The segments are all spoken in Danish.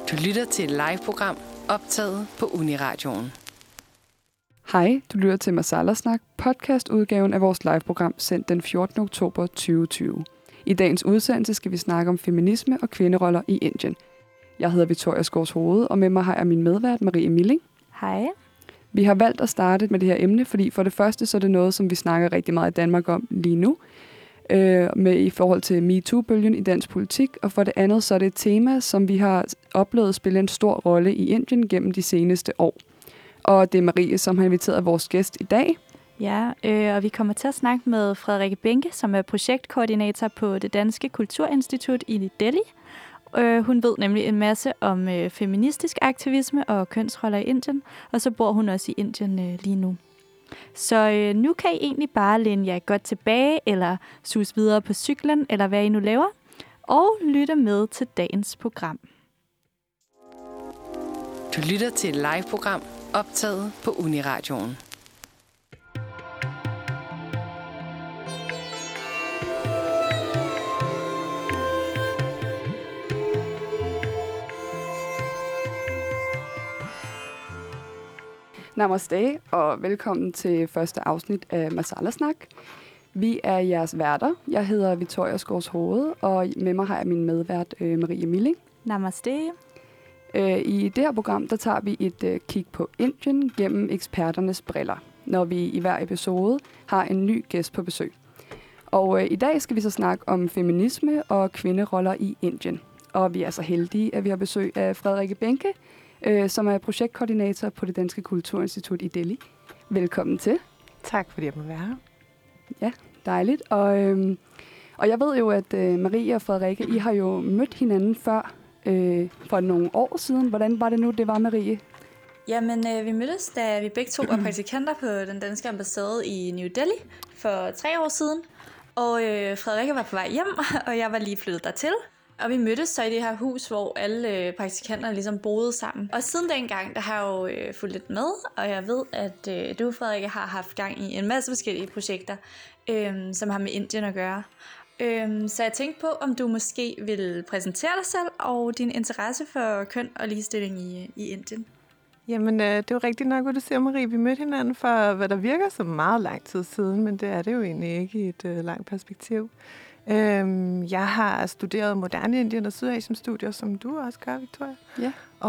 Du lytter til et live-program optaget på Uniradioen. Hej, du lytter til Masala Snak, podcastudgaven af vores live-program, sendt den 14. oktober 2020. I dagens udsendelse skal vi snakke om feminisme og kvinderoller i Indien. Jeg hedder Victoria Skovshoved, og med mig har jeg min medvært Marie Milling. Hej. Vi har valgt at starte med det her emne, fordi for det første så er det noget, som vi snakker rigtig meget i Danmark om lige nu, med i forhold til MeToo-bølgen i dansk politik, og for det andet så er det et tema, som vi har oplevet spille en stor rolle i Indien gennem de seneste år. Og det er Marie, som har inviteret vores gæst i dag. Ja, og vi kommer til at snakke med Frederikke Benke, som er projektkoordinator på det Danske Kulturinstitut i Delhi. Hun ved nemlig en masse om feministisk aktivisme og kønsroller i Indien, og så bor hun også i Indien lige nu. Så nu kan I egentlig bare læne jer godt tilbage, eller sus videre på cyklen, eller hvad I nu laver, og lytte med til dagens program. Du lytter til et live-program optaget på Uniradioen. Namaste, og velkommen til første afsnit af Masala Snak. Vi er jeres værter. Jeg hedder Victoria Skovshoved, og med mig har jeg min medvært Marie Milling. Namaste. I det her program, der tager vi et kig på Indien gennem eksperternes briller, når vi i hver episode har en ny gæst på besøg. Og i dag skal vi så snakke om feminisme og kvinderoller i Indien. Og vi er så heldige, at vi har besøg af Frederikke Benke, som er projektkoordinator på det Danske Kulturinstitut i Delhi. Velkommen til. Tak, fordi jeg må være her. Ja, dejligt. Og jeg ved jo, at Marie og Frederikke, I har jo mødt hinanden før for nogle år siden. Hvordan var det nu, det var, Marie? Jamen, vi mødtes, da vi begge to var praktikanter på den danske ambassade i New Delhi for 3 år siden. Og Frederikke var på vej hjem, og jeg var lige flyttet dertil. Og vi mødtes så i det her hus, hvor alle praktikanterne ligesom boede sammen. Og siden dengang, der har jeg jo fulgt lidt med, og jeg ved, at du, Frederikke, har haft gang i en masse forskellige projekter, som har med Indien at gøre. Så jeg tænkte på, om du måske vil præsentere dig selv og din interesse for køn og ligestilling i Indien. Jamen, det er jo rigtigt nok, hvad du siger, Marie. Vi mødte hinanden for, hvad der virker som meget lang tid siden, men det er det jo egentlig ikke i et langt perspektiv. Jeg har studeret moderne Indien og Sydasien-studier, som du også gør, Victoria. Ja.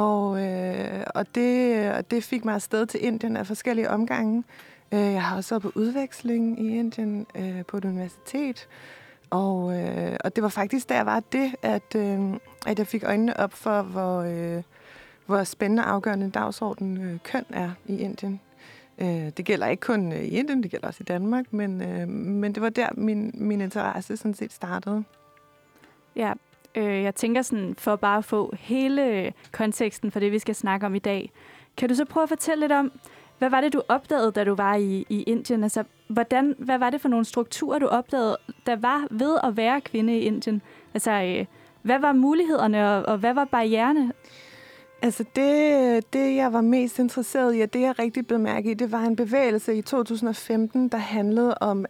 Og det fik mig afsted til Indien af forskellige omgange. Jeg har også været på udveksling i Indien på et universitet. Og det var faktisk, da jeg var det, at jeg fik øjnene op for, hvor spændende og afgørende dagsorden køn er i Indien. Det gælder ikke kun i Indien, det gælder også i Danmark, men det var der, min interesse sådan set startede. Ja, jeg tænker sådan, for bare at få hele konteksten for det, vi skal snakke om i dag. Kan du så prøve at fortælle lidt om, hvad var det, du opdagede, da du var i Indien? Altså, hvad var det for nogle strukturer, du opdagede, der var ved at være kvinde i Indien? Altså, hvad var mulighederne, og hvad var barriererne? Altså det, jeg var mest interesseret i, og det, jeg rigtig blev mærke i, det var en bevægelse i 2015, der handlede om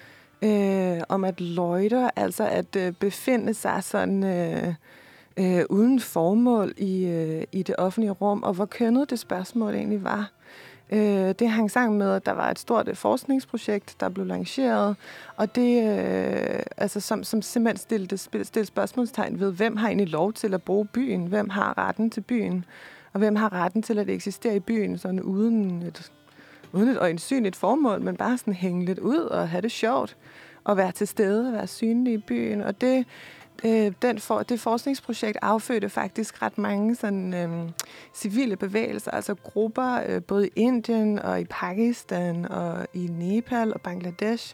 at loiter, altså at befinde sig sådan uden formål i det offentlige rum, og hvor kønnet det spørgsmål egentlig var. Det hang sammen med, at der var et stort forskningsprojekt, der blev lanceret, og det som simpelthen stillede spørgsmålstegn ved, hvem har egentlig lov til at bruge byen, hvem har retten til byen, og hvem har retten til at eksistere i byen sådan uden et øjensynligt formål, men bare sådan hænge lidt ud og have det sjovt, og være til stede og være synlig i byen. Og det forskningsprojekt affødte faktisk ret mange sådan civile bevægelser, altså grupper både i Indien og i Pakistan og i Nepal og Bangladesh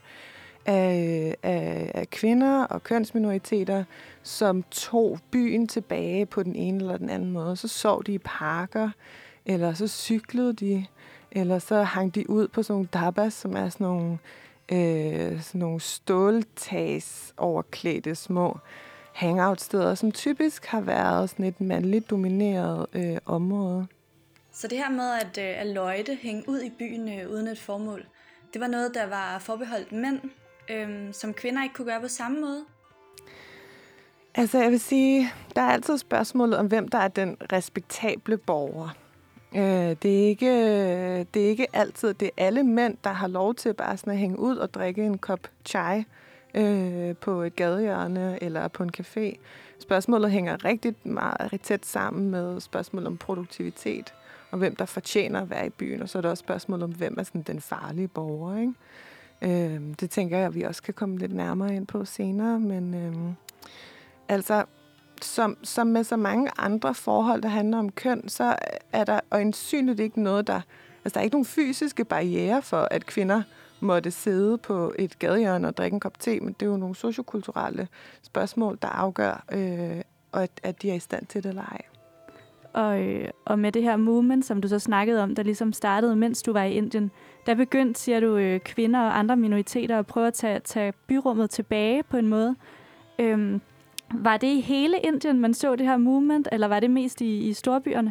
af kvinder og kønsminoriteter, som tog byen tilbage på den ene eller den anden måde. Så sov de i parker, eller så cyklede de, eller så hang de ud på sådan nogle dabas, som er sådan nogle ståltags overklædte små hangout-steder, som typisk har været sådan et mandligt domineret område. Så det her med at løjte, hænge ud i byen uden et formål, det var noget, der var forbeholdt mænd, som kvinder ikke kunne gøre på samme måde? Altså, jeg vil sige, der er altid spørgsmålet om, hvem der er den respektable borger. Det er ikke altid, det er alle mænd, der har lov til bare sådan at hænge ud og drikke en kop chai på et gadehjørne eller på en café. Spørgsmålet hænger rigtig meget tæt sammen med spørgsmålet om produktivitet, og hvem der fortjener at være i byen, og så er der også spørgsmålet om, hvem er sådan den farlige borger, ikke? Det tænker jeg, at vi også kan komme lidt nærmere ind på senere, men altså, som med så mange andre forhold, der handler om køn, så er der øjensynligt ikke noget, der er ikke nogen fysiske barrierer for, at kvinder måtte sidde på et gadehjørne og drikke en kop te, men det er jo nogle sociokulturelle spørgsmål, der afgør, at de er i stand til det eller ej. Og med det her movement, som du så snakkede om, der ligesom startede, mens du var i Indien, der begyndte, siger du, kvinder og andre minoriteter at prøve at tage byrummet tilbage på en måde. Var det i hele Indien, man så det her movement, eller var det mest i storbyerne?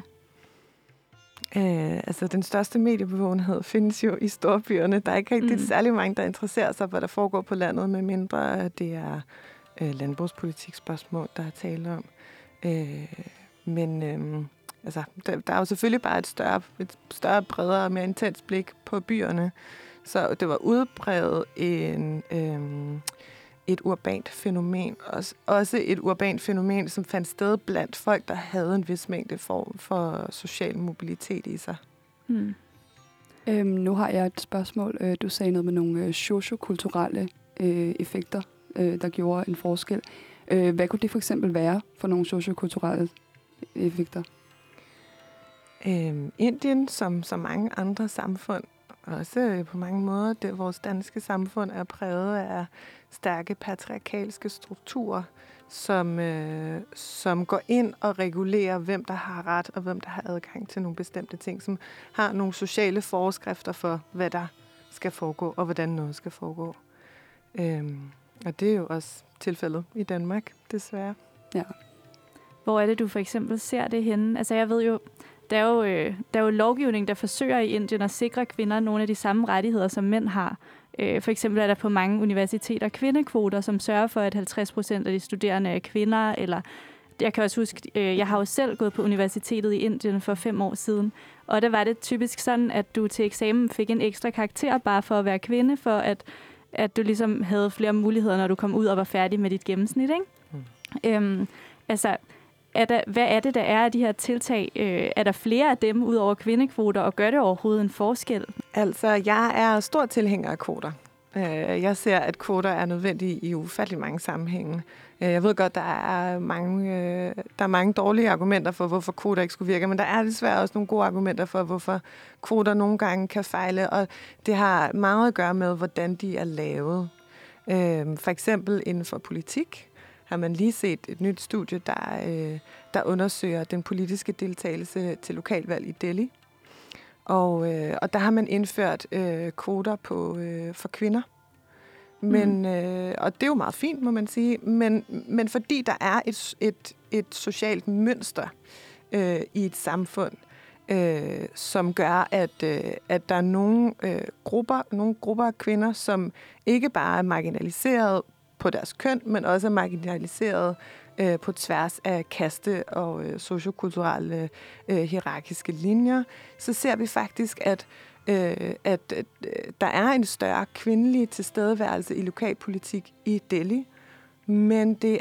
Altså, den største mediebevågenhed findes jo i storbyerne. Der er ikke rigtig særlig mange, der interesserer sig, hvad der foregår på landet, med mindre det er landbrugspolitikspørgsmål, der er tale om. Men altså, der er jo selvfølgelig bare et større, bredere og mere intens blik på byerne. Så det var udbredt et urbant fænomen. Også et urbant fænomen, som fandt sted blandt folk, der havde en vis mængde form for social mobilitet i sig. Nu har jeg et spørgsmål. Du sagde noget med nogle sociokulturelle effekter, der gjorde en forskel. Hvad kunne det for eksempel være for nogle sociokulturelle effekter? Indien, som så mange andre samfund, også på mange måder, vores danske samfund er præget af stærke patriarkalske strukturer, som går ind og regulerer, hvem der har ret og hvem der har adgang til nogle bestemte ting, som har nogle sociale forskrifter for, hvad der skal foregå og hvordan noget skal foregå. Og det er jo også tilfældet i Danmark, desværre. Ja. Hvor er det, du for eksempel ser det henne? Altså, jeg ved jo, der er jo lovgivning, der forsøger i Indien at sikre kvinder nogle af de samme rettigheder, som mænd har. For eksempel er der på mange universiteter kvindekvoter, som sørger for, at 50% af de studerende er kvinder. Eller jeg kan også huske, jeg har jo selv gået på universitetet i Indien for 5 år siden. Og der var det typisk sådan, at du til eksamen fik en ekstra karakter bare for at være kvinde, for at du ligesom havde flere muligheder, når du kom ud og var færdig med dit gennemsnit, ikke? Altså, hvad er det, der er af de her tiltag? Er der flere af dem ud over kvindekvoter, og gør det overhovedet en forskel? Altså, jeg er stor tilhænger af kvoter. Jeg ser, at kvoter er nødvendige i ufattelig mange sammenhænge. Jeg ved godt, der er mange dårlige argumenter for, hvorfor kvoter ikke skulle virke, men der er desværre også nogle gode argumenter for, hvorfor kvoter nogle gange kan fejle, og det har meget at gøre med, hvordan de er lavet. For eksempel inden for politik har man lige set et nyt studie, der undersøger den politiske deltagelse til lokalvalg i Delhi. Og der har man indført kvoter for kvinder. Men, og det er jo meget fint, må man sige. Men fordi der er et socialt mønster i et samfund, som gør, at der er nogle grupper af kvinder, som ikke bare er marginaliseret på deres køn, men også er marginaliseret på tværs af kaste- og sociokulturelle hierarkiske linjer, så ser vi faktisk, at der er en større kvindelig tilstedeværelse i lokalpolitik i Delhi, men det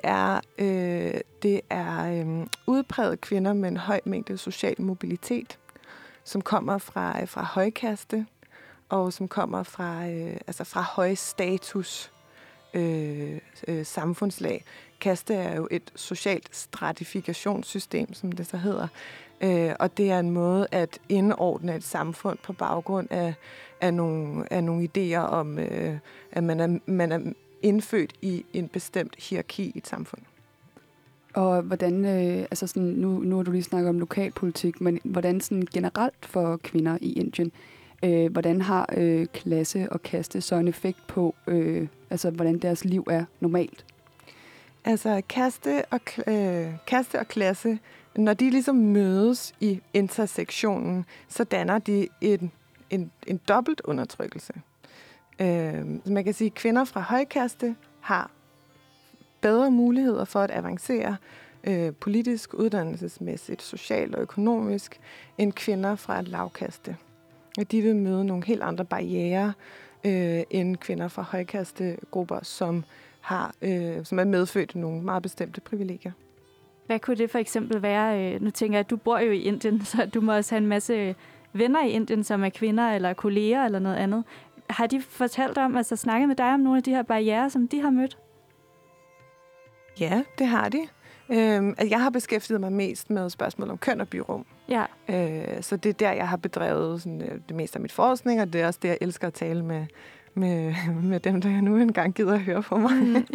er udpræget kvinder med en høj mængde social mobilitet, som kommer fra højkaste, og som kommer fra høj status samfundslag. Kaste er jo et socialt stratifikationssystem, som det så hedder, og det er en måde at indordne et samfund på baggrund af nogle idéer om, at man er indfødt i en bestemt hierarki i et samfund. Og hvordan, altså sådan, nu har du lige snakket om lokalpolitik, men hvordan sådan generelt for kvinder i Indien, hvordan har klasse og kaste så en effekt på, altså hvordan deres liv er normalt? Altså kaste og klasse, når de ligesom mødes i intersektionen, så danner de en dobbelt undertrykkelse. Man kan sige, at kvinder fra højkaste har bedre muligheder for at avancere politisk, uddannelsesmæssigt, socialt og økonomisk, end kvinder fra et lavkaste. Og de vil møde nogle helt andre barrierer end kvinder fra højkastegrupper, som er medfødt nogle meget bestemte privilegier. Hvad kunne det for eksempel være? Nu tænker jeg, at du bor jo i Indien, så du må også have en masse venner i Indien, som er kvinder eller kolleger eller noget andet. Har de fortalt om, altså snakket med dig om nogle af de her barrierer, som de har mødt? Ja, det har de. Jeg har beskæftiget mig mest med spørgsmål om køn og byrum. Ja. Så det er der, jeg har bedrevet sådan, det meste af mit forskning, og det er også det, jeg elsker at tale med dem, der nu engang gider at høre på mig.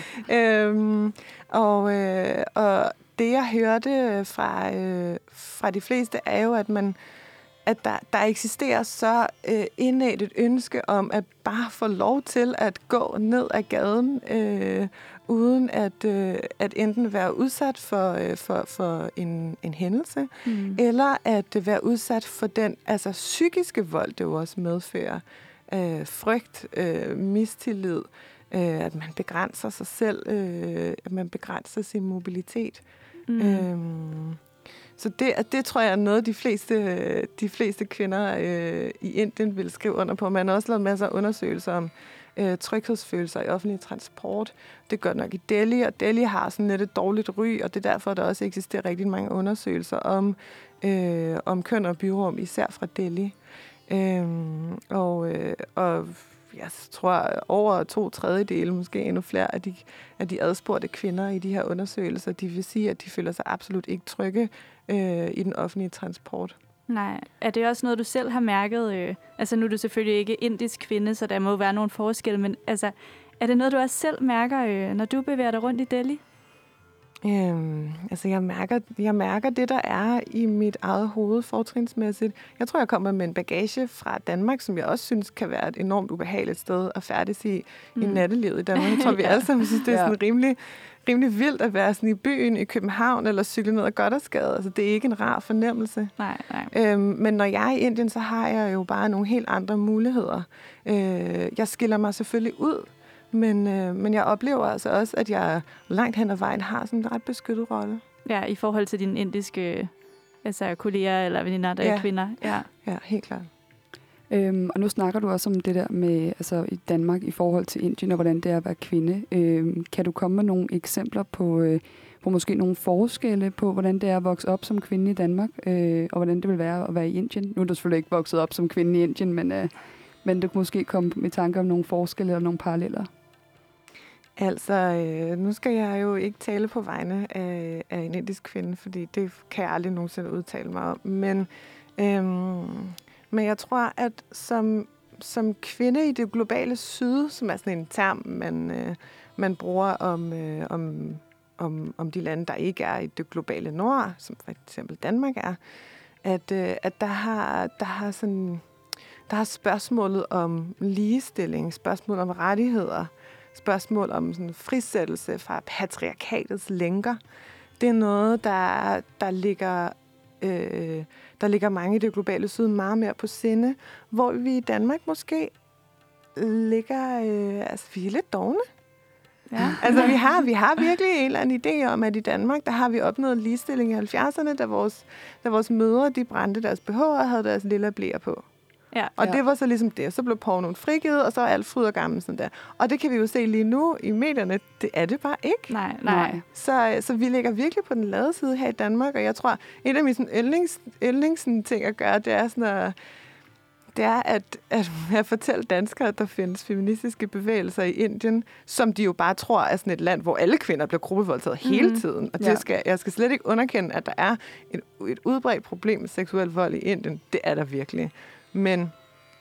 Og det, jeg hørte fra de fleste, er jo, at der eksisterer så indædt et ønske om at bare få lov til at gå ned ad gaden, uden at enten være udsat for en hændelse, eller at være udsat for den psykiske vold, det jo også medfører. Frygt, mistillid, at man begrænser sig selv, at man begrænser sin mobilitet. Så det tror jeg er noget, de fleste kvinder i Indien vil skrive under på. Man har også lavet masser af undersøgelser om tryghedsfølelser i offentlig transport. Det gør nok i Delhi, og Delhi har sådan lidt et dårligt ry, og det er derfor, der også eksisterer rigtig mange undersøgelser om køn og byrum, især fra Delhi. Og jeg tror over 2/3, måske endnu flere af de adspurgte kvinder i de her undersøgelser, de vil sige, at de føler sig absolut ikke trygge i den offentlige transport. Nej. Er det også noget, du selv har mærket? Altså nu er du selvfølgelig ikke indisk kvinde, så der må være nogle forskelle, men altså, er det noget, du også selv mærker, når du bevæger dig rundt i Delhi? Jeg mærker det, der er i mit eget hoved fortrinsmæssigt. Jeg tror, jeg kommer med en bagage fra Danmark, som jeg også synes kan være et enormt ubehageligt sted at færdes i nattelivet i Danmark. Jeg tror, vi alle sammen synes, det er sådan rimelig vildt at være sådan i byen i København eller cykle ned ad Gothersgade. Altså, det er ikke en rar fornemmelse. Nej. Men når jeg er i Indien, så har jeg jo bare nogle helt andre muligheder. Jeg skiller mig selvfølgelig ud, men jeg oplever altså også, at jeg langt hen ad vejen har sådan en ret beskyttet rolle. Ja, i forhold til dine indiske kolleger eller veninder, der er kvinder. Ja, helt klart. Og nu snakker du også om det der med i Danmark i forhold til Indien, og hvordan det er at være kvinde. Kan du komme med nogle eksempler på måske nogle forskelle på, hvordan det er at vokse op som kvinde i Danmark, og hvordan det vil være at være i Indien? Nu er du selvfølgelig ikke vokset op som kvinde i Indien, men du kan måske komme med tanker om nogle forskelle eller nogle paralleller. Altså, nu skal jeg jo ikke tale på vegne af en indisk kvinde, fordi det kan jeg aldrig nogensinde udtale mig om. Men jeg tror, at som kvinde i det globale syd, som er sådan en term, man bruger om de lande, der ikke er i det globale nord, som for eksempel Danmark er, at der har spørgsmålet om ligestilling, spørgsmål om rettigheder, spørgsmål om sådan frisættelse fra patriarkatets lænker. Det er noget, der ligger mange i det globale syd meget mere på sinde, hvor vi i Danmark måske ligger, vi er lidt dovne. Ja. Altså, vi har virkelig en eller anden idé om, at i Danmark, der har vi opnået ligestilling i 70'erne, da vores mødre, de brændte deres BH'er og havde deres lille blæer på. Ja. Og det var så ligesom det. Så blev pornoen frigivet, og så er alt fryd og gammel sådan der. Og det kan vi jo se lige nu i medierne. Det er det bare ikke. Nej. Så vi ligger virkelig på den lade side her i Danmark, og jeg tror, en af mine yndlingsting at gøre, det er at fortælle danskere, at der findes feministiske bevægelser i Indien, som de jo bare tror er sådan et land, hvor alle kvinder bliver gruppevoldtaget hele tiden. Og jeg skal slet ikke underkende, at der er et udbredt problem med seksuel vold i Indien. Det er der virkelig. Men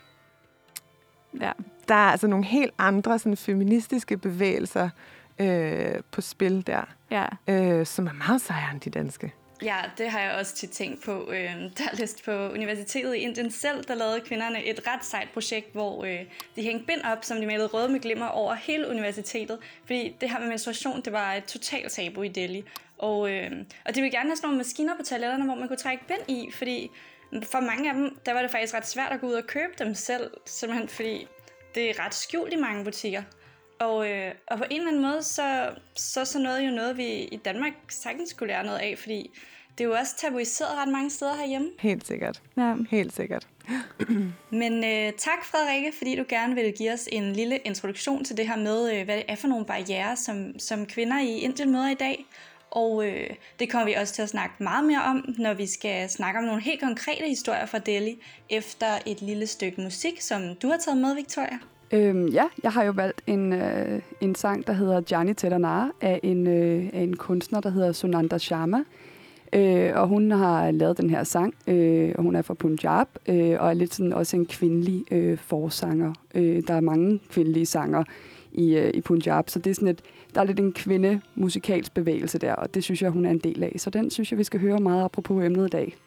der er altså nogle helt andre sådan, feministiske bevægelser på spil der, som er meget sejere end de danske. Ja, det har jeg også tit tænkt på. Der er læst på universitetet i Indien selv, der lavede kvinderne et ret sejt projekt, hvor de hængte bind op, som de malede røde med glimmer over hele universitetet. Fordi det her med menstruation, det var et totalt tabu i Delhi. Og de ville gerne have sådan nogle maskiner på toiletterne, hvor man kunne trække bind i, fordi for mange af dem, der var det faktisk ret svært at gå ud og købe dem selv, simpelthen fordi det er ret skjult i mange butikker. Og på en eller anden måde, så noget jo noget, vi i Danmark sagtens skulle lære noget af, fordi det er jo også tabuiseret ret mange steder herhjemme. Helt sikkert. Ja. Helt sikkert. Men tak, Frederikke, fordi du gerne ville give os en lille introduktion til det her med, hvad det er for nogle barrierer, som kvinder i Indien møder i dag. Og det kommer vi også til at snakke meget mere om, når vi skal snakke om nogle helt konkrete historier fra Delhi, efter et lille stykke musik, som du har taget med, Victoria. Ja, jeg har jo valgt en sang, der hedder Jani Tedana af en kunstner, der hedder Sunanda Sharma. Og hun har lavet den her sang, og hun er fra Punjab, og er lidt sådan også en kvindelig forsanger. Der er mange kvindelige sanger i Punjab, så det er sådan der er lidt en kvindemusikalsk bevægelse der, og det synes jeg, hun er en del af. Så den synes jeg, vi skal høre meget apropos emnet i dag.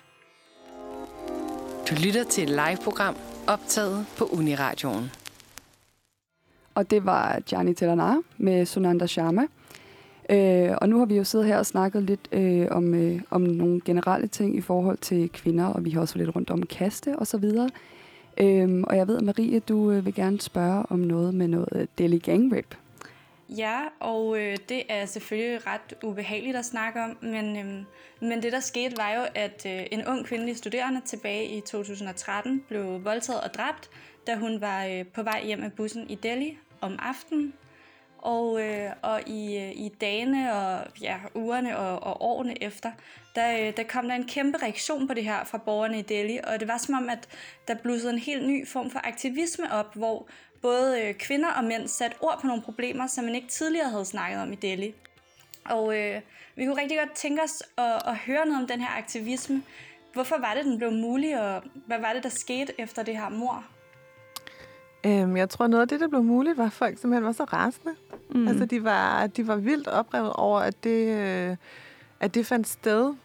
Du lytter til et live-program optaget på Uniradioen. Og det var Jani Tedana med Sunanda Sharma. Og nu har vi jo siddet her og snakket lidt om nogle generelle ting i forhold til kvinder, og vi har også lidt rundt om kaste og så videre. Og jeg ved, Marie, du vil gerne spørge om noget med noget Delhi gang rape. Ja, og det er selvfølgelig ret ubehageligt at snakke om, men det der skete var jo, at en ung kvindelig studerende tilbage i 2013 blev voldtaget og dræbt, da hun var på vej hjem af bussen i Delhi om aftenen. Og i dagene og ugerne og årene efter, der kom der en kæmpe reaktion på det her fra borgerne i Delhi, og det var som om, at der blussede en helt ny form for aktivisme op, hvor både kvinder og mænd satte ord på nogle problemer, som man ikke tidligere havde snakket om i Delhi. Og vi kunne rigtig godt tænke os at høre noget om den her aktivisme. Hvorfor var det, den blev mulig, og hvad var det, der skete efter det her mord? Jeg tror, noget af det, der blev muligt, var, at folk simpelthen var så rasende. Altså, de var vildt oprevet over, at det fandt sted.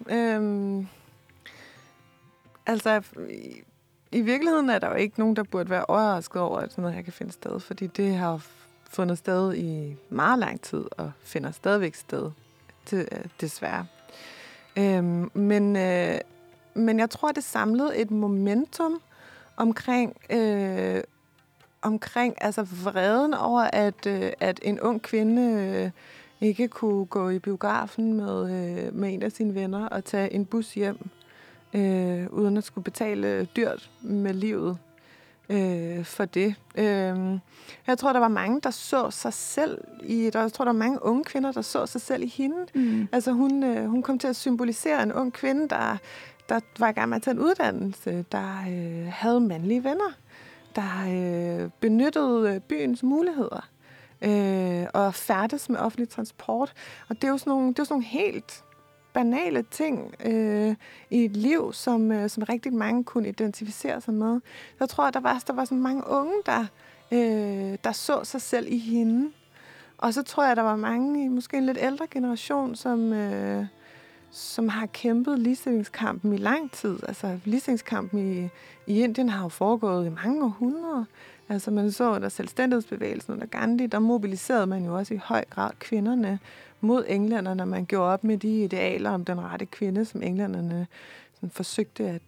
I virkeligheden er der jo ikke nogen, der burde være overrasket over, at sådan noget her kan finde sted, fordi det har fundet sted i meget lang tid, og finder stadigvæk sted, desværre. Men jeg tror, det samlede et momentum omkring altså vreden over, at en ung kvinde ikke kunne gå i biografen med en af sine venner og tage en bus hjem, uden at skulle betale dyrt med livet for det. Jeg tror, der var mange, der så sig selv jeg tror, der var mange unge kvinder, der så sig selv i hende. Altså, hun kom til at symbolisere en ung kvinde, der var i gang med at tage en uddannelse, der havde mandlige venner, der benyttede byens muligheder og færdes med offentlig transport. Og det er jo sådan nogle helt banale ting i et liv, som rigtig mange kunne identificere sig med. Jeg tror, at der var så mange unge, der så sig selv i hende. Og så tror jeg, at der var mange i måske en lidt ældre generation, som har kæmpet ligestillingskampen i lang tid. Altså, ligestillingskampen i Indien har jo foregået i mange århundreder. Altså, man så under selvstændighedsbevægelsen under Gandhi, der mobiliserede man jo også i høj grad kvinderne mod englænderne, når man gjorde op med de idealer om den rette kvinde, som englænderne sådan forsøgte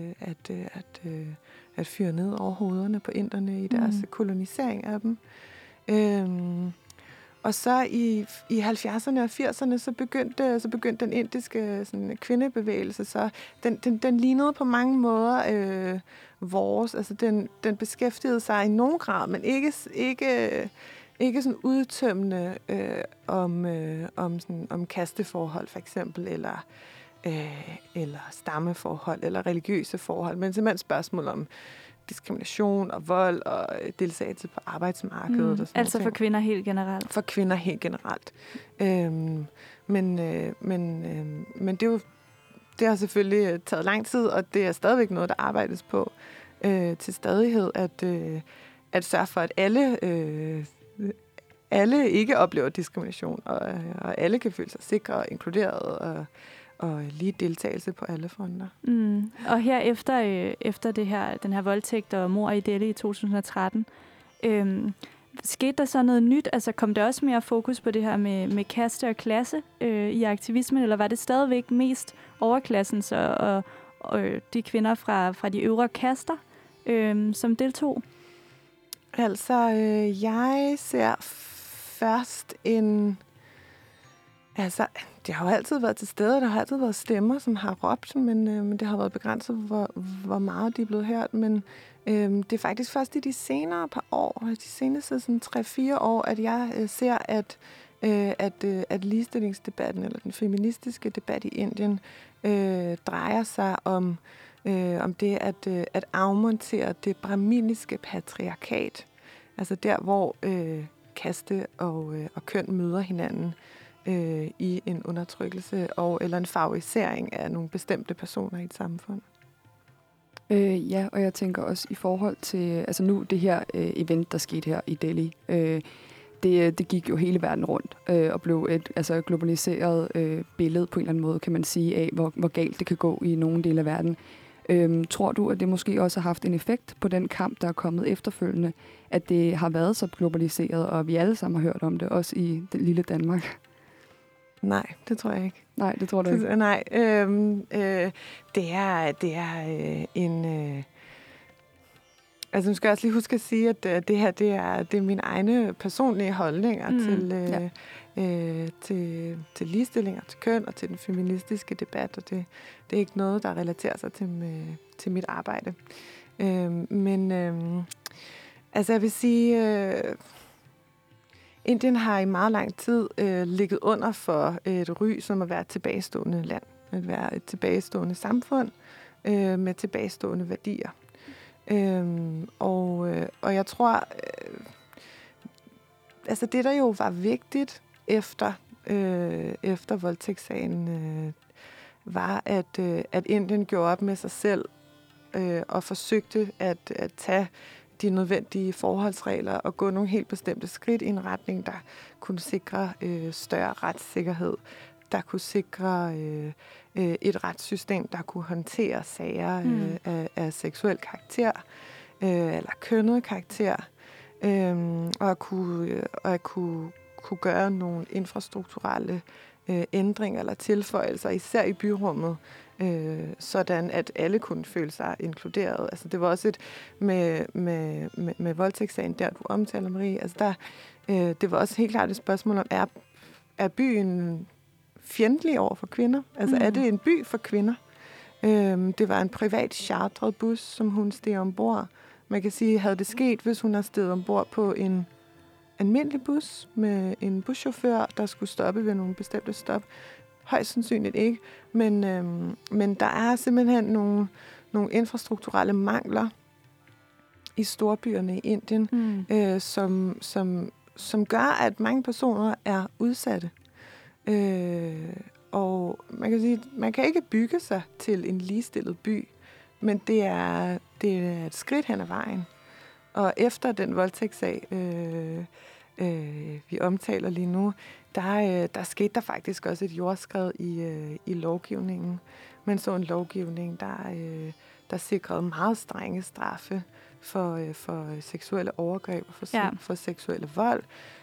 at fyre ned over hovederne på inderne i deres kolonisering af dem. Og så i 70'erne og 80'erne, så begyndte den indiske sådan, kvindebevægelse, så den lignede på mange måder vores. Altså den beskæftigede sig i nogen grad, men ikke sådan udtømmende om kasteforhold for eksempel, eller stammeforhold, eller religiøse forhold, men simpelthen spørgsmål om diskrimination og vold og deltagelse på arbejdsmarkedet. Og sådan altså for kvinder helt generelt? For kvinder helt generelt. Men det har selvfølgelig taget lang tid, og det er stadigvæk noget, der arbejdes på til stadighed, at sørge for, at alle ikke oplever diskrimination, og alle kan føle sig sikre og inkluderet og lige deltagelse på alle fronter. Og her efter den her voldtægt og mord i Delhi i 2013, skete der så noget nyt? Altså kom der også mere fokus på det her med kaste og klasse i aktivismen, eller var det stadigvæk mest overklassens og de kvinder fra de øvre kaster, som deltog? Altså, jeg ser først altså, det har jo altid været til stede, der har altid været stemmer, som har råbt, men det har været begrænset, hvor meget de er blevet hørt. Men det er faktisk først i de senere par år, de seneste sådan 3-4 år, at jeg ser, at ligestillingsdebatten, eller den feministiske debat i Indien, drejer sig om det at afmontere det brahminiske patriarkat. Altså der, hvor kaste og køn møder hinanden i en undertrykkelse eller en favorisering af nogle bestemte personer i et samfund. Ja, og jeg tænker også i forhold til, altså nu det her event, der skete her i Delhi, det gik jo hele verden rundt og blev et globaliseret billede på en eller anden måde, kan man sige, af hvor galt det kan gå i nogle dele af verden. Tror du, at det måske også har haft en effekt på den kamp, der er kommet efterfølgende, at det har været så globaliseret, og vi alle sammen har hørt om det, også i det lille Danmark? Nej, det tror jeg ikke. Nej, det tror du ikke? Nej, det er en... Altså, nu skal jeg også lige huske at sige, at det her, det er mine egne personlige holdninger til ligestilling og til køn og til den feministiske debat, og det er ikke noget, der relaterer sig til mit arbejde. Altså, jeg vil sige... Indien har i meget lang tid ligget under for et ry, som at være et tilbagestående land. At være et tilbagestående samfund med tilbagestående værdier. Og jeg tror, altså det, der jo var vigtigt efter voldtægtssagen, var, at Indien gjorde op med sig selv og forsøgte at tage de nødvendige forholdsregler og gå nogle helt bestemte skridt i en retning, der kunne sikre større retssikkerhed, der kunne sikre et retssystem, der kunne håndtere sager af seksuel karakter eller kønnet karakter, og at kunne gøre nogle infrastrukturelle ændringer eller tilføjelser, især i byrummet, sådan at alle kunne føle sig inkluderet. Altså det var også med voldtægtssagen, der du omtaler, Marie, altså det var også helt klart et spørgsmål om, er byen fjendtlig over for kvinder? Altså er det en by for kvinder? Det var en privat chartret bus, som hun steg ombord. Man kan sige, havde det sket, hvis hun havde steget ombord på en almindelig bus med en buschauffør, der skulle stoppe ved nogle bestemte stop? Højst sandsynligt ikke. Men der er simpelthen nogle infrastrukturelle mangler i storbyerne i Indien, som gør, at mange personer er udsatte. Og man kan sige, man kan ikke bygge sig til en ligestillet by, men det er et skridt hen ad vejen. Og efter den voldtægtssag, vi omtaler lige nu, der skete der faktisk også et jordskred i lovgivningen. Man så en lovgivning, der sikrede meget strenge straffe for seksuelle overgreb og for seksuelle vold.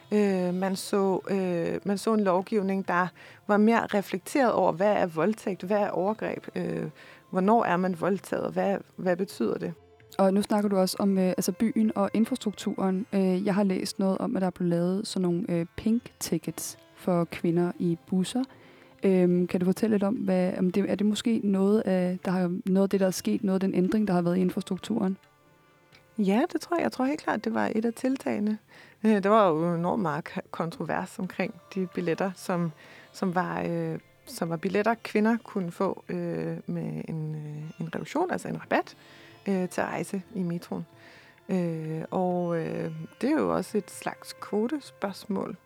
Man så en lovgivning, der var mere reflekteret over, hvad er voldtægt, hvad er overgreb, hvornår er man voldtaget, hvad betyder det? Og nu snakker du også om byen og infrastrukturen. Jeg har læst noget om, at der er blevet lavet sådan nogle pink tickets for kvinder i busser. Kan du fortælle lidt om, er det måske noget af det, der er sket, noget af den ændring, der har været i infrastrukturen? Ja, det tror jeg. Jeg tror helt klart, det var et af tiltagene. Der var jo enormt meget kontrovers omkring de billetter, som var billetter, kvinder kunne få med en reduktion, altså en rabat, til at rejse i metroen. Det er jo også et slags kvotespørgsmål.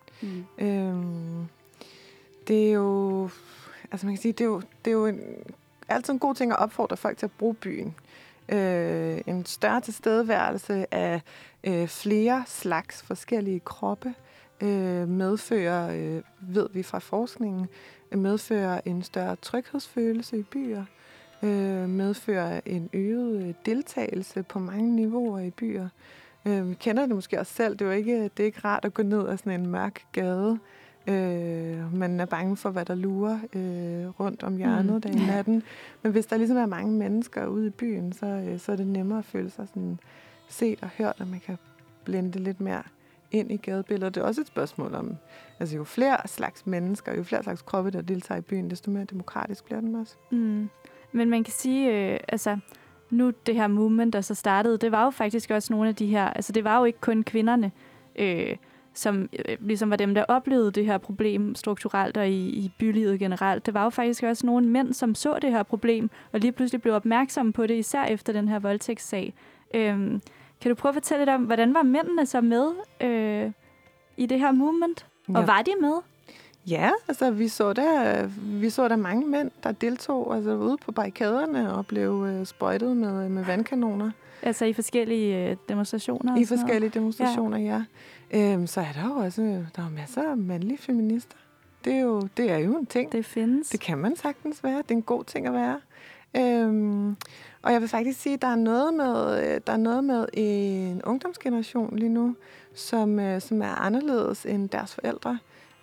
Det er jo, altså man kan sige, det er jo altid en god ting at opfordre folk til at bruge byen. En større tilstedeværelse af flere slags forskellige kroppe medfører, ved vi fra forskningen, medfører en større tryghedsfølelse i byer, medfører en øget deltagelse på mange niveauer i byer. Vi kender det måske også selv. Det er ikke rart at gå ned ad sådan en mørk gade. Man er bange for, hvad der lurer rundt om hjørnet der i natten. Men hvis der ligesom er mange mennesker ude i byen, så er det nemmere at føle sig sådan set og hørt, at man kan blende lidt mere ind i gadebilledet. Det er også et spørgsmål om, altså jo flere slags mennesker, jo flere slags kroppe, der deltager i byen, desto mere demokratisk bliver den også. Men man kan sige, altså nu det her movement, der så startede, det var jo faktisk også nogle af de her, altså det var jo ikke kun kvinderne, som ligesom var dem, der oplevede det her problem strukturelt og i bylivet generelt. Det var jo faktisk også nogle mænd, som så det her problem, og lige pludselig blev opmærksomme på det, især efter den her voldtægtssag. Kan du prøve at fortælle lidt om, hvordan var mændene så med i det her movement? Og var de med? Ja, altså vi så der mange mænd, der deltog altså ude på barrikaderne og blev sprøjtet med vandkanoner. Altså i forskellige demonstrationer? I forskellige demonstrationer, ja. Så er der jo også der er masser af mandlige feminister. Det er jo en ting. Det findes. Det kan man sagtens være. Det er en god ting at være. Og jeg vil faktisk sige, at der er noget med en ungdomsgeneration lige nu, som er anderledes end deres forældre.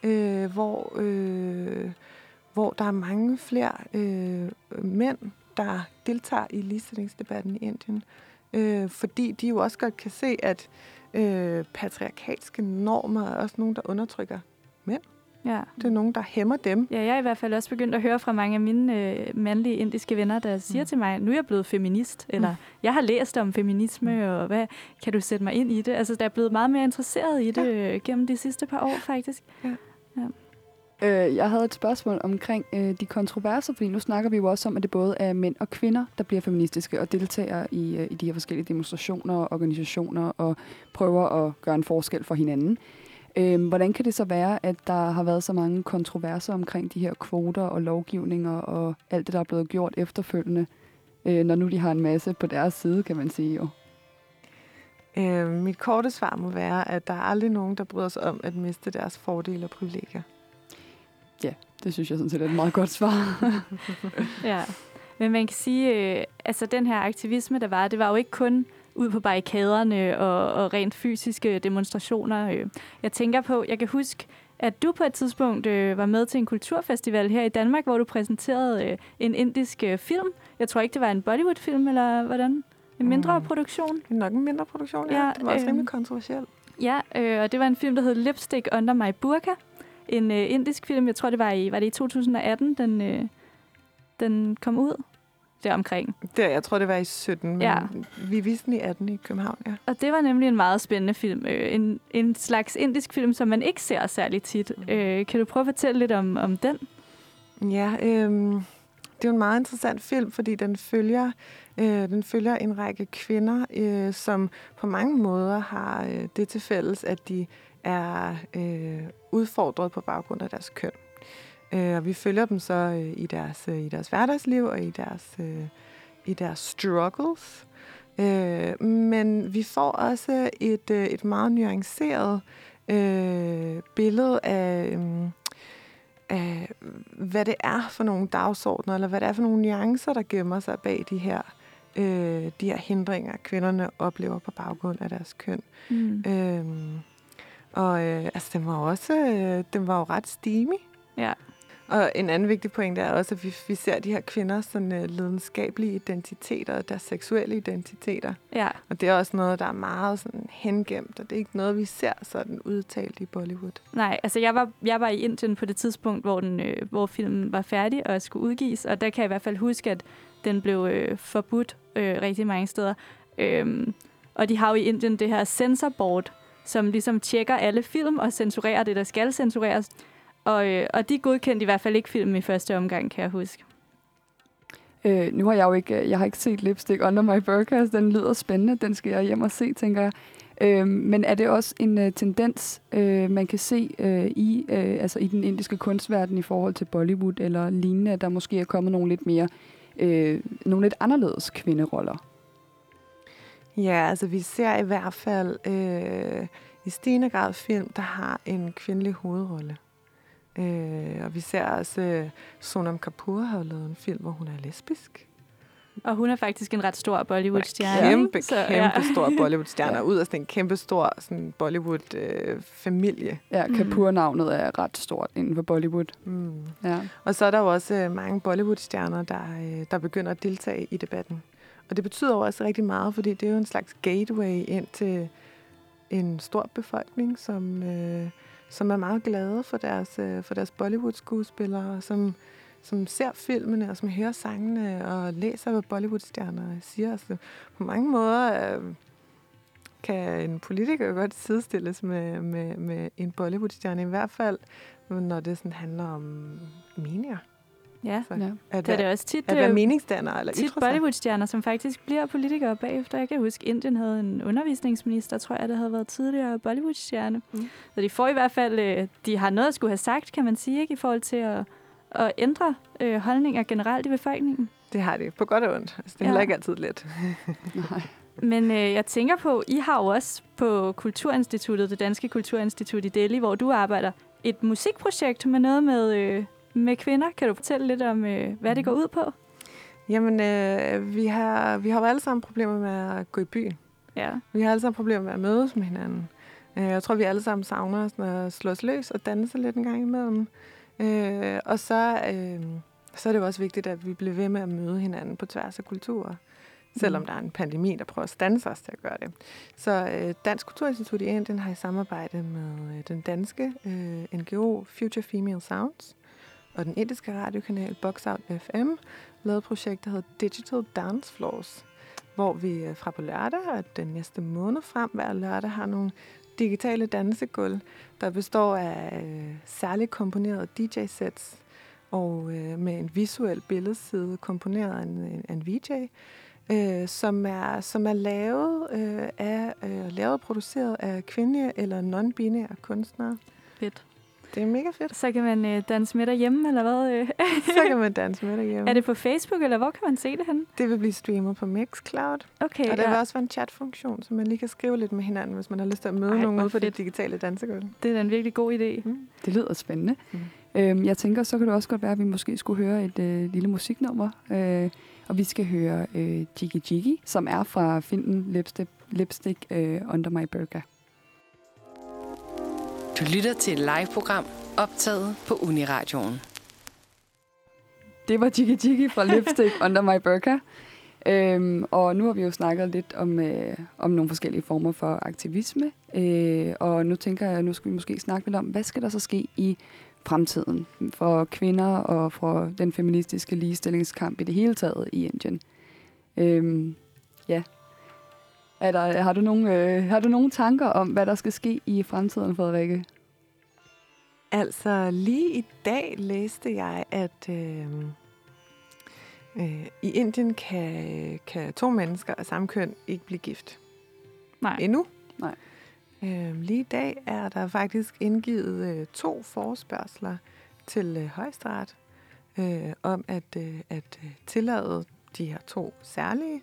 Hvor der er mange flere mænd, der deltager i ligestillingsdebatten i Indien. Fordi de jo også godt kan se, at patriarkalske normer er også nogen, der undertrykker mænd. Ja. Det er nogen, der hæmmer dem. Ja, jeg er i hvert fald også begyndt at høre fra mange af mine mandlige indiske venner, der siger til mig, nu er jeg blevet feminist, eller jeg har læst om feminisme, og hvad kan du sætte mig ind i det? Altså, der er blevet meget mere interesseret i det gennem de sidste par år, faktisk. Ja. Jeg havde et spørgsmål omkring de kontroverser, fordi nu snakker vi jo også om, at det både er mænd og kvinder, der bliver feministiske og deltager i de her forskellige demonstrationer og organisationer og prøver at gøre en forskel for hinanden. Hvordan kan det så være, at der har været så mange kontroverser omkring de her kvoter og lovgivninger og alt det, der er blevet gjort efterfølgende, når nu de har en masse på deres side, kan man sige jo? Mit korte svar må være, at der er aldrig nogen, der bryder sig om at miste deres fordele og privilegier. Ja, det synes jeg sådan set er et meget godt svar. Ja, men man kan sige, altså den her aktivisme, der var, det var jo ikke kun ud på barrikaderne og rent fysiske demonstrationer. Jeg tænker på, jeg kan huske, at du på et tidspunkt var med til en kulturfestival her i Danmark, hvor du præsenterede en indisk film. Jeg tror ikke, det var en Bollywood-film, eller hvordan? En mindre produktion? Nok en mindre produktion, ja. Det var også rimelig kontroversielt. Ja, og det var en film, der hed Lipstick Under My Burqa. En indisk film, jeg tror, det var i 2018, den kom ud. Deromkring. Jeg tror, det var i 17, men vi viste den i 18 i København, ja. Og det var nemlig en meget spændende film. En slags indisk film, som man ikke ser særlig tit. Kan du prøve at fortælle lidt om den? Ja, det er jo en meget interessant film, fordi den følger en række kvinder, som på mange måder har det til fælles, at de er udfordret på baggrund af deres køn. Og vi følger dem så i deres hverdagsliv og i deres struggles. Men vi får også et meget nuanceret billede af hvad det er for nogle dagsordner, eller hvad det er for nogle nuancer, der gemmer sig bag de her hindringer, kvinderne oplever på baggrund af deres køn. Altså, den var jo ret steamy. Ja. Og en anden vigtig pointe er også, at vi ser de her kvinder sådan lidenskabelige identiteter, deres seksuelle identiteter. Ja. Og det er også noget, der er meget sådan hengemt, og det er ikke noget, vi ser sådan udtalt i Bollywood. Nej, altså jeg var i Indien på det tidspunkt, hvor filmen var færdig og skulle udgives, og der kan jeg i hvert fald huske, at den blev forbudt rigtig mange steder. Og de har jo i Indien det her censorboard, som ligesom tjekker alle film og censurerer det, der skal censureres. Og de godkendte i hvert fald ikke filmen i første omgang, kan jeg huske. Nu har jeg har ikke set Lipstick Under My Burqa, den lyder spændende, den skal jeg hjem og se, tænker jeg. Men er det også en tendens, man kan se i den indiske kunstverden i forhold til Bollywood eller lignende, at der måske er kommet nogle lidt anderledes kvinderoller? Ja, altså vi ser i hvert fald i stigende grad film, der har en kvindelig hovedrolle. Og vi ser også, Sonam Kapoor har lavet en film, hvor hun er lesbisk. Og hun er faktisk en ret stor Bollywood-stjerne. Kæmpe stor Bollywood-stjerne. Ud af en kæmpe stor Bollywood-familie. Ja, Kapoor-navnet er ret stort inden for Bollywood. Ja. Og så er der jo også mange Bollywood-stjerner, der begynder at deltage i debatten. Og det betyder jo også rigtig meget, fordi det er jo en slags gateway ind til en stor befolkning, som er meget glade for deres Bollywood-skuespillere, som ser filmene, og som hører sangene, og læser, hvad Bollywood-stjerner siger. Altså, på mange måder kan en politiker godt sidestilles med en Bollywood-stjerne, i hvert fald, når det sådan handler om meninger. Ja, At det er også tit, at være meningsdanner eller tit Bollywood-stjerner, som faktisk bliver politikere bagefter. Jeg kan huske, Indien havde en undervisningsminister, tror jeg, der havde været tidligere Bollywood-stjerne. Så de får i hvert fald, de har noget at skulle have sagt, kan man sige, ikke, i forhold til at ændre holdninger generelt i befolkningen. Det har de, på godt og ondt. Altså, det er heller ikke altid let. Nej. Men jeg tænker på, I har jo også på Kulturinstituttet, det danske Kulturinstitut i Delhi, hvor du arbejder, et musikprojekt med noget med kvinder. Kan du fortælle lidt om, hvad det går ud på? Jamen, vi har jo alle sammen problemer med at gå i byen. Ja. Vi har alle sammen problemer med at mødes med hinanden. Jeg tror, vi alle sammen savner at slå os løs og danse lidt en gang imellem. Og så er det jo også vigtigt, at vi bliver ved med at møde hinanden på tværs af kulturer. Selvom der er en pandemi, der prøver at standse os til at gøre det. Så Dansk Kulturinstitut i Indien har i samarbejde med den danske NGO Future Female Sounds og den indiske radiokanal Box Out FM lavet et projekt, der hedder Digital Dance Floors, hvor vi fra på lørdag og den næste måned frem hver lørdag har nogle digitale dansegulv, der består af særligt komponerede DJ-sets og med en visuel billedside komponeret af en VJ, som er lavet og produceret af kvindelige eller non-binære kunstnere. Fedt. Det er mega fedt. Så kan man danse med derhjemme, eller hvad? Så kan man danse med derhjemme. Er det på Facebook, eller hvor kan man se det henne? Det vil blive streamet på Mixcloud. Okay, og der vil også være en chatfunktion, så man lige kan skrive lidt med hinanden, hvis man har lyst til at møde nogen ude på det digitale dansegulv. Det er da en virkelig god idé. Det lyder spændende. Jeg tænker, så kan det også godt være, at vi måske skulle høre et lille musiknummer. Og vi skal høre Jiggy Jiggy, som er fra filmen Lipstick Under My Burqa. Du lytter til et live-program optaget på Uniradioen. Det var Jiggy Jiggy fra Lipstick Under My Burqa. Og nu har vi jo snakket lidt om nogle forskellige former for aktivisme. Og nu tænker jeg, at nu skal vi måske snakke lidt om, hvad skal der så ske i fremtiden for kvinder og for den feministiske ligestillingskamp i det hele taget i Indien. Ja. Har du nogle tanker om, hvad der skal ske i fremtiden, Frederikke? Altså, lige i dag læste jeg, at i Indien kan to mennesker af samme køn ikke blive gift. Nej. Endnu. Nej. Lige i dag er der faktisk indgivet 2 forespørgsler til Højesteret om at tillade de her 2 særlige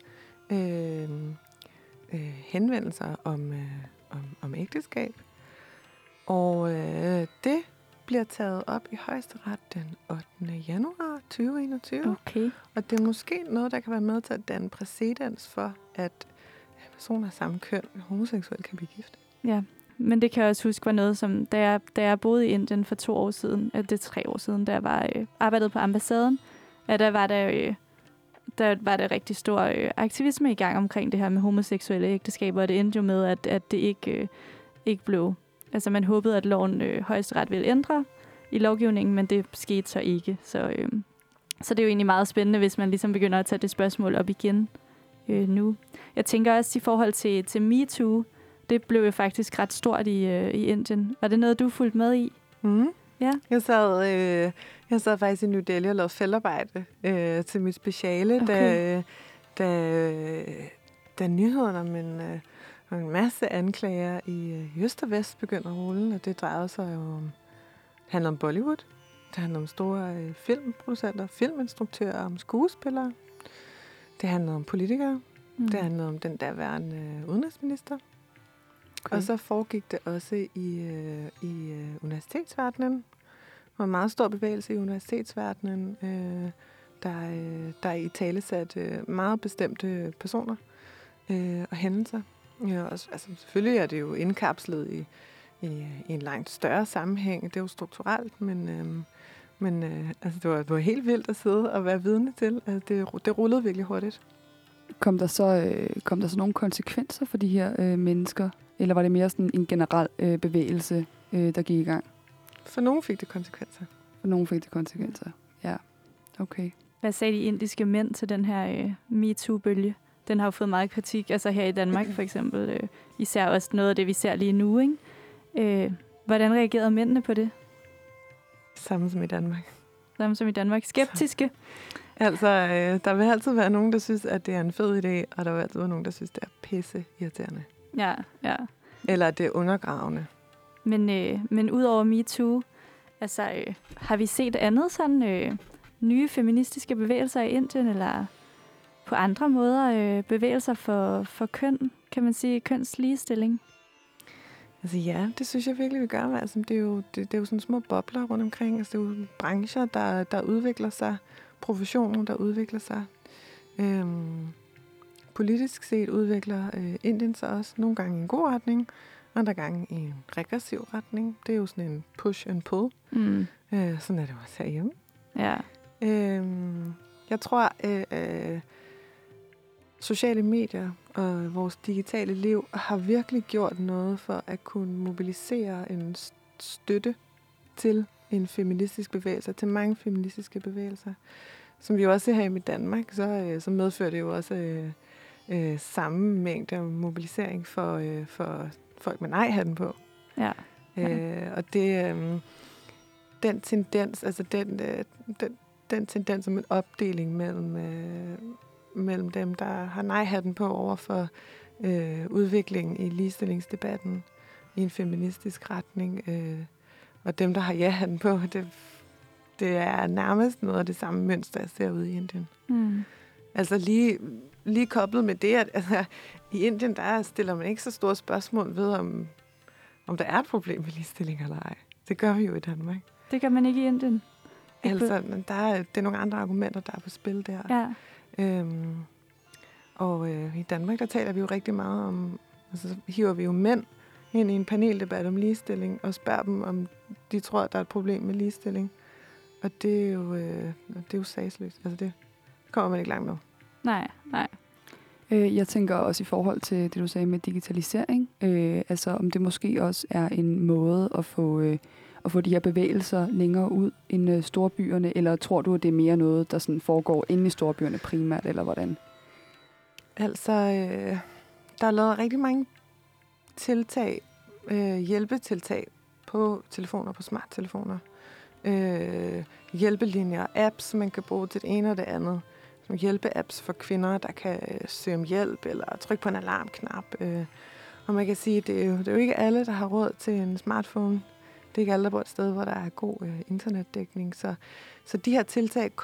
henvendelser om ægteskab. Og det bliver taget op i Højesteret den 8. januar 2021. Okay. Og det er måske noget, der kan være med til at danne præcedens for, at personer af samme køn, homoseksuelle, kan blive gift. Ja, men det kan jeg også huske var noget, som da jeg boede i Indien for 2 år siden, det er 3 år siden, da jeg var arbejdet på ambassaden, der var der rigtig stor aktivisme i gang omkring det her med homoseksuelle ægteskaber, og det endte jo med, at det ikke blev. Altså man håbede, at loven Højesteret ville ændre i lovgivningen, men det skete så ikke. Så det er jo egentlig meget spændende, hvis man ligesom begynder at tage det spørgsmål op igen nu. Jeg tænker også i forhold til MeToo, det blev jo faktisk ret stort i Indien. Var det noget, du fulgte med i? Mm. Ja. Jeg sad faktisk i New Delhi og lavede feltarbejde til mit speciale, Okay. da nyhederne om en masse anklager i Øst og Vest begyndte at rulle, og det drejede sig jo handler om Bollywood. Det handler om store filmproducenter, filminstruktører, om skuespillere. Det handler om politikere. Det handler om den derværende udenrigsminister. Okay. Og så foregik det også i universitetsverdenen. Der var en meget stor bevægelse i universitetsverdenen, der i tale satte meget bestemte personer og hændelser. Ja, altså, selvfølgelig er det jo indkapslet i en langt større sammenhæng. Det er jo strukturelt, men det var helt vildt at sidde og være vidne til. Altså, det rullede virkelig hurtigt. Kom der så nogle konsekvenser for de her mennesker Eller var det mere sådan en generel bevægelse, der gik i gang? For nogen fik det konsekvenser. For nogen fik det konsekvenser, ja. Okay. Hvad sagde de indiske mænd til den her MeToo-bølge? Den har jo fået meget kritik, altså her i Danmark for eksempel. Især også noget af det, vi ser lige nu, ikke? Hvordan reagerede mændene på det? Samme som i Danmark. Samme som i Danmark. Skeptiske? Altså, der vil altid være nogen, der synes, at det er en fed idé, og der vil altid være nogen, der synes, det er pisse irriterende. Ja. Eller at det er undergravende. Men ud over MeToo, altså, har vi set andet sådan nye feministiske bevægelser i Indien, eller på andre måder bevægelser for køn, kan man sige, kønsligestilling? Altså ja, det synes jeg virkelig, vi gør. Altså, det er jo sådan små bobler rundt omkring. Altså, det er jo brancher, der udvikler sig. Professioner, der udvikler sig. Politisk set udvikler Indien sig også nogle gange i en god retning, andre gange i en regressiv retning. Det er jo sådan en push and pull. Sådan er det også herhjemme. Ja. Jeg tror, sociale medier og vores digitale liv har virkelig gjort noget for at kunne mobilisere en støtte til en feministisk bevægelse, til mange feministiske bevægelser. Som vi jo også ser her i Danmark, så medfører det jo også samme mængde mobilisering for folk med nej-hatten på. Ja. Og det, den tendens, altså den tendens om en opdeling mellem dem, der har nej-hatten på over for udviklingen i ligestillingsdebatten i en feministisk retning, og dem, der har ja-hatten på, det er nærmest noget af det samme mønster, jeg ser ude i Indien. Altså lige koblet med det, at altså, i Indien, der stiller man ikke så store spørgsmål ved, om der er et problem med ligestilling eller ej. Det gør vi jo i Danmark. Det gør man ikke i Indien. Altså, det er nogle andre argumenter, der er på spil der. Ja. I Danmark, der taler vi jo rigtig meget om, altså hiver vi jo mænd ind i en paneldebat om ligestilling, og spørger dem, om de tror, at der er et problem med ligestilling. Og det er jo sagsløst. Altså det kommer man ikke langt med. Nej. Jeg tænker også i forhold til det, du sagde med digitalisering, altså om det måske også er en måde at få de her bevægelser længere ud end storbyerne, eller tror du, at det er mere noget, der sådan foregår inde i storbyerne primært, eller hvordan? Altså, der er lavet rigtig mange tiltag, hjælpetiltag på telefoner, på smarttelefoner. Hjælpelinjer, apps, man kan bruge til det ene og det andet. Som hjælpeapps for kvinder, der kan søge om hjælp eller trykke på en alarmknap. Og man kan sige, at det er jo ikke alle, der har råd til en smartphone. Det er ikke alle, der bor et sted, hvor der er god internetdækning. Så de her tiltag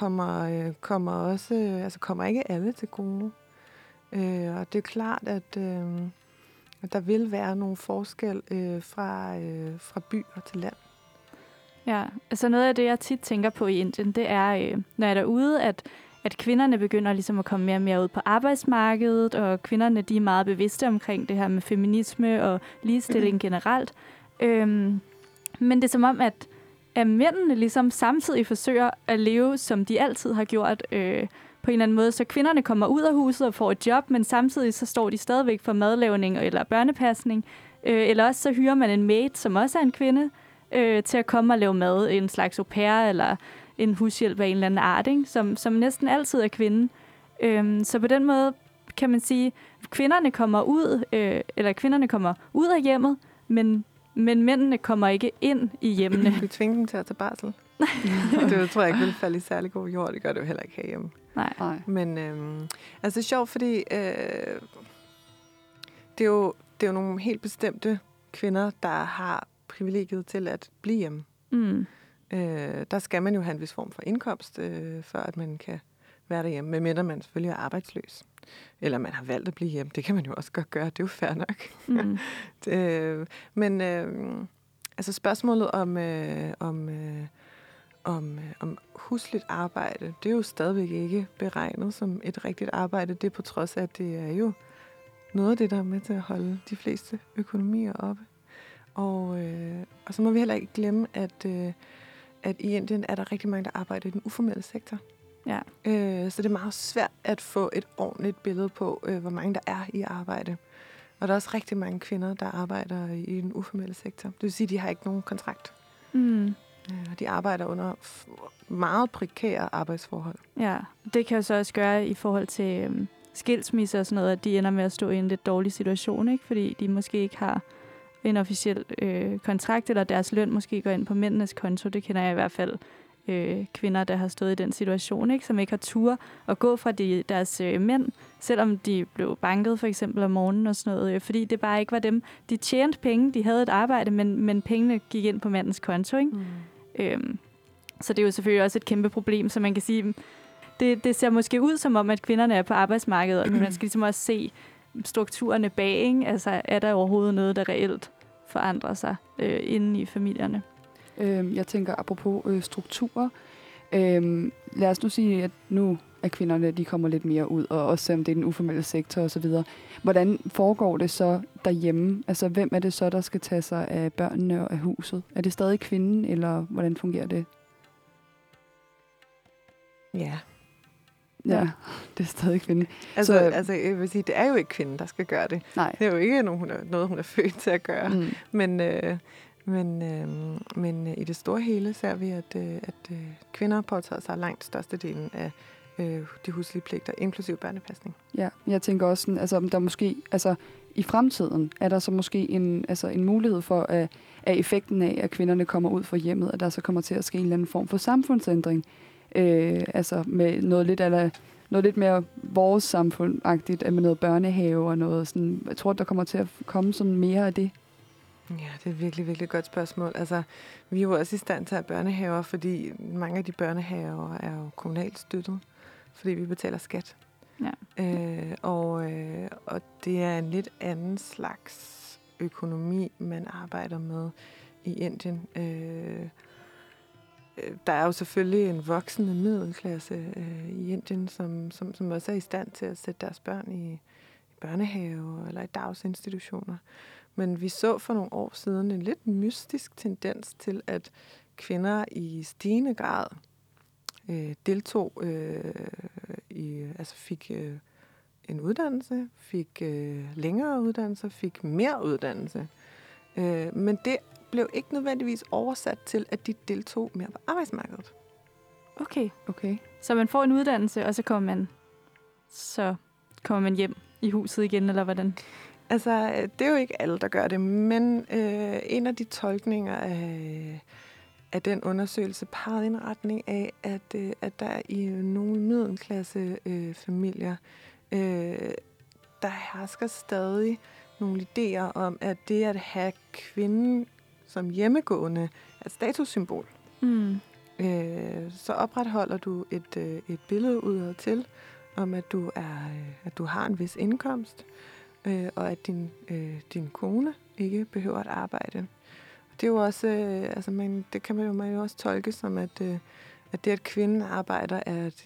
kommer ikke alle til gode. Og det er klart, at der vil være nogle forskel fra byer til land. Ja, altså noget af det, jeg tit tænker på i Indien, det er, når jeg er derude, at kvinderne begynder ligesom at komme mere og mere ud på arbejdsmarkedet, og kvinderne, de er meget bevidste omkring det her med feminisme og ligestilling generelt. Men det er som om, at mændene ligesom samtidig forsøger at leve, som de altid har gjort, på en eller anden måde. Så kvinderne kommer ud af huset og får et job, men samtidig så står de stadigvæk for madlavning eller børnepasning. Eller også så hyrer man en maid, som også er en kvinde, til at komme og lave mad, en slags au pair eller en hushjælp af en eller anden art, ikke? Som næsten altid er kvinde. Så på den måde kan man sige, at kvinderne kommer ud af hjemmet, men mændene kommer ikke ind i hjemmene. Vi tvinger dem til at tage barsel. Det tror jeg ikke vil falde i særlig god jord. Det gør det jo heller ikke herhjemme. Nej. Men altså det er sjovt, fordi det er jo nogle helt bestemte kvinder, der har privilegiet til at blive hjemme. Der skal man jo have en vis form for indkomst, før at man kan være derhjemme, medmindre man selvfølgelig er arbejdsløs. Eller man har valgt at blive hjemme. Det kan man jo også godt gøre. Det er jo fair nok. Men altså spørgsmålet om husligt arbejde, det er jo stadigvæk ikke beregnet som et rigtigt arbejde. Det er på trods af, at det er jo noget af det, der er med til at holde de fleste økonomier oppe. Og så må vi heller ikke glemme, at i Indien er der rigtig mange, der arbejder i den uformelle sektor. Ja. Så det er meget svært at få et ordentligt billede på, hvor mange der er i arbejde. Og der er også rigtig mange kvinder, der arbejder i den uformelle sektor. Det vil sige, at de har ikke nogen kontrakt. De arbejder under meget prekære arbejdsforhold. Ja, det kan jo så også gøre i forhold til skilsmisser og sådan noget, at de ender med at stå i en lidt dårlig situation, ikke? Fordi de måske ikke har en officiel kontrakt, eller deres løn måske går ind på mændenes konto. Det kender jeg i hvert fald kvinder, der har stået i den situation, ikke? Som ikke har tur at gå fra deres mænd, selvom de blev banket for eksempel om morgenen og sådan noget, fordi det bare ikke var dem. De tjente penge, de havde et arbejde, men pengene gik ind på mandens konto, ikke? Så det er jo selvfølgelig også et kæmpe problem, så man kan sige, det ser måske ud som om, at kvinderne er på arbejdsmarkedet, og man skal ligesom også se strukturerne bag, ikke? Altså, er der overhovedet noget, der reelt forandrer sig inde i familierne? Jeg tænker, apropos strukturer, lad os nu sige, at nu er kvinderne, de kommer lidt mere ud, og også selvom det er den uformelle sektor osv. Hvordan foregår det så derhjemme? Altså, hvem er det så, der skal tage sig af børnene og af huset? Er det stadig kvinden, eller hvordan fungerer det? Ja. Ja, det er stadig kvinden. Altså, jeg vil sige, det er jo ikke kvinden, der skal gøre det. Nej. Det er jo ikke noget, hun er født til at gøre. Men i det store hele ser vi, at kvinder påtager sig langt størstedelen af de huslige pligter, inklusive børnepasning. Ja, jeg tænker også, sådan, altså, om der måske, altså, i fremtiden er der så måske en mulighed for, at effekten af, at kvinderne kommer ud fra hjemmet, at der så kommer til at ske en eller anden form for samfundsændring. Altså med noget lidt mere vores samfundagtigt, med noget børnehave og noget sådan. Jeg tror, der kommer til at komme sådan mere af det. Ja, det er et virkelig, virkelig godt spørgsmål. Altså, vi er jo også i stand til at have børnehaver, fordi mange af de børnehaver er jo kommunalt støttet, fordi vi betaler skat. Ja. Og det er en lidt anden slags økonomi, man arbejder med i Indien. Der er jo selvfølgelig en voksende middelklasse i Indien, som også er i stand til at sætte deres børn i børnehave eller i dagsinstitutioner. Men vi så for nogle år siden en lidt mystisk tendens til, at kvinder i stigende grad deltog fik en uddannelse, fik længere uddannelse, fik mere uddannelse. Men det blev ikke nødvendigvis oversat til, at de deltog mere på arbejdsmarkedet. Okay. Så man får en uddannelse, og så kommer man hjem i huset igen, eller hvordan? Altså, det er jo ikke alle, der gør det, men en af de tolkninger af den undersøgelse pegede en retning af, at der i nogle middelklasse familier, der hersker stadig nogle idéer om, at det at have kvinden som hjemmegående er et statussymbol. Så opretholder du et billede udad til, om at du har en vis indkomst, og at din kone ikke behøver at arbejde. Det er jo også, det kan man jo også tolke som, at det at kvinden arbejder,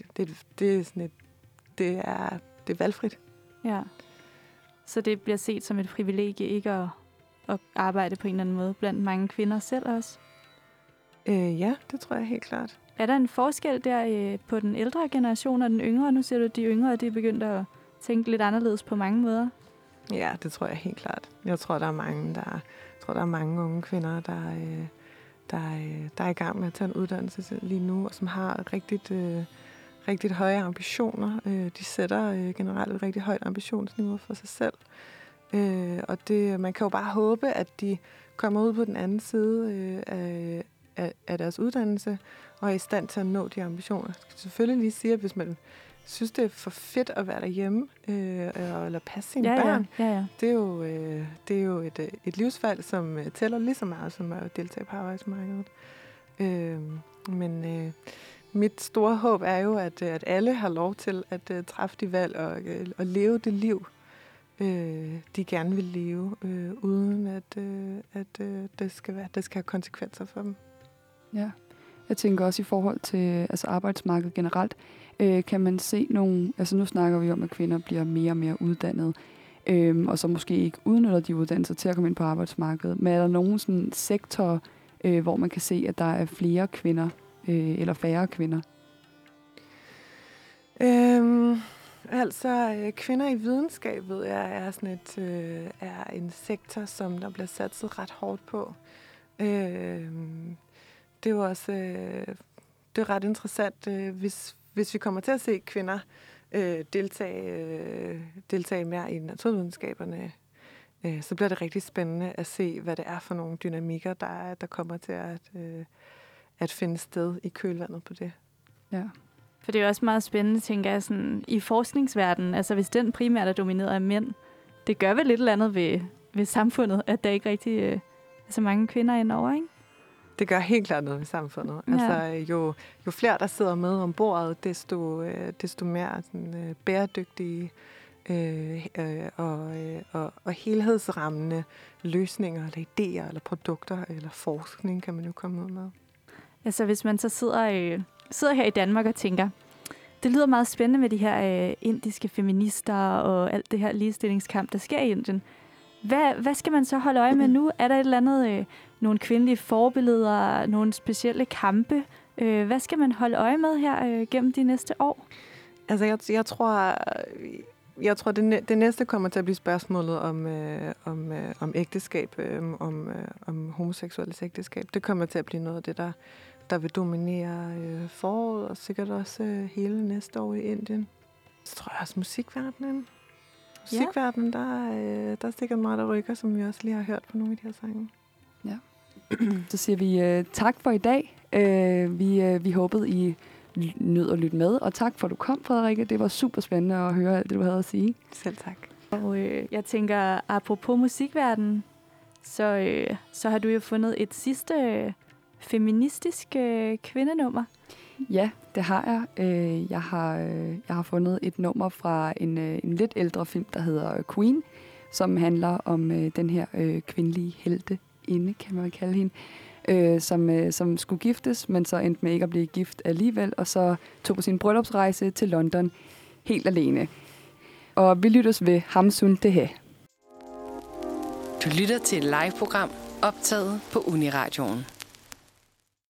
det er valgfrit. Ja. Så det bliver set som et privilegie ikke at arbejde på en eller anden måde blandt mange kvinder selv også? Ja, det tror jeg helt klart. Er der en forskel der på den ældre generation og den yngre? Nu ser du, at de yngre de er begyndt at tænke lidt anderledes på mange måder. Ja, det tror jeg helt klart. Jeg tror, der er mange unge kvinder, der er i gang med at tage en uddannelse lige nu, og som har rigtig høje ambitioner. De sætter generelt et rigtig højt ambitionsniveau for sig selv. Og man kan jo bare håbe, at de kommer ud på den anden side af deres uddannelse, og er i stand til at nå de ambitioner. Jeg skal selvfølgelig lige sige, at hvis man synes, det er for fedt at være derhjemme, eller passe sine børn, ja. Det er jo et livsvalg, som tæller lige så meget som at deltage på arbejdsmarkedet. Men mit store håb er jo, at alle har lov til at træffe de valg og leve det liv, de gerne vil leve, uden at det skal have konsekvenser for dem. Ja, jeg tænker også i forhold til arbejdsmarkedet generelt, kan man se nogle, nu snakker vi om, at kvinder bliver mere og mere uddannet, og så måske ikke udnytter de uddannelser til at komme ind på arbejdsmarkedet. Men er der nogen sådan sektorer, hvor man kan se, at der er flere kvinder eller færre kvinder? fald så kvinder i videnskab, ved jeg, er sådan er en sektor, som der bliver satset ret hårdt på. Det er jo også det er ret interessant, hvis vi kommer til at se kvinder deltage mere i naturvidenskaberne, så bliver det rigtig spændende at se, hvad det er for nogle dynamikker, der kommer til at finde sted i kølvandet på det. Ja. For det er også meget spændende, tænker jeg, sådan, i forskningsverdenen, altså hvis den primært er domineret af mænd, det gør vel lidt eller andet ved samfundet, at der ikke rigtig er så mange kvinder indover, ikke? Det gør helt klart noget ved samfundet. Ja. Altså, jo flere, der sidder med om bordet, desto mere sådan, bæredygtige og helhedsrammende løsninger, eller idéer, eller produkter, eller forskning, kan man jo komme ud med. Altså hvis man så sidder her i Danmark og tænker, det lyder meget spændende med de her indiske feminister og alt det her ligestillingskamp, der sker i Indien. Hvad skal man så holde øje med nu? Er der et eller andet, nogle kvindelige forbilleder, nogle specielle kampe? Hvad skal man holde øje med her gennem de næste år? Altså jeg tror det næste kommer til at blive spørgsmålet om ægteskab, om homoseksuelles ægteskab. Det kommer til at blive noget af det, der vil dominere foråret, og sikkert også hele næste år i Indien. Så tror jeg også musikverdenen. Musikverdenen, der er sikkert meget, der rykker, som vi også lige har hørt på nogle af de her sange. Ja. Så siger vi tak for i dag. Vi håbede, I nød at lytte med, og tak for, at du kom, Frederikke. Det var super spændende at høre alt det, du havde at sige. Selv tak. Og jeg tænker, apropos musikverdenen, så har du jo fundet et sidste feministisk kvindenummer. Ja, det har jeg. Jeg har fundet et nummer fra en lidt ældre film, der hedder Queen, som handler om den her kvindelige helteinde, kan man kalde hende, som skulle giftes, men så endte med ikke at blive gift alligevel, og så tog på sin bryllupsrejse til London helt alene. Og vi lyttes ved Hamsun Dehe. Du lytter til et live-program optaget på Uniradioen.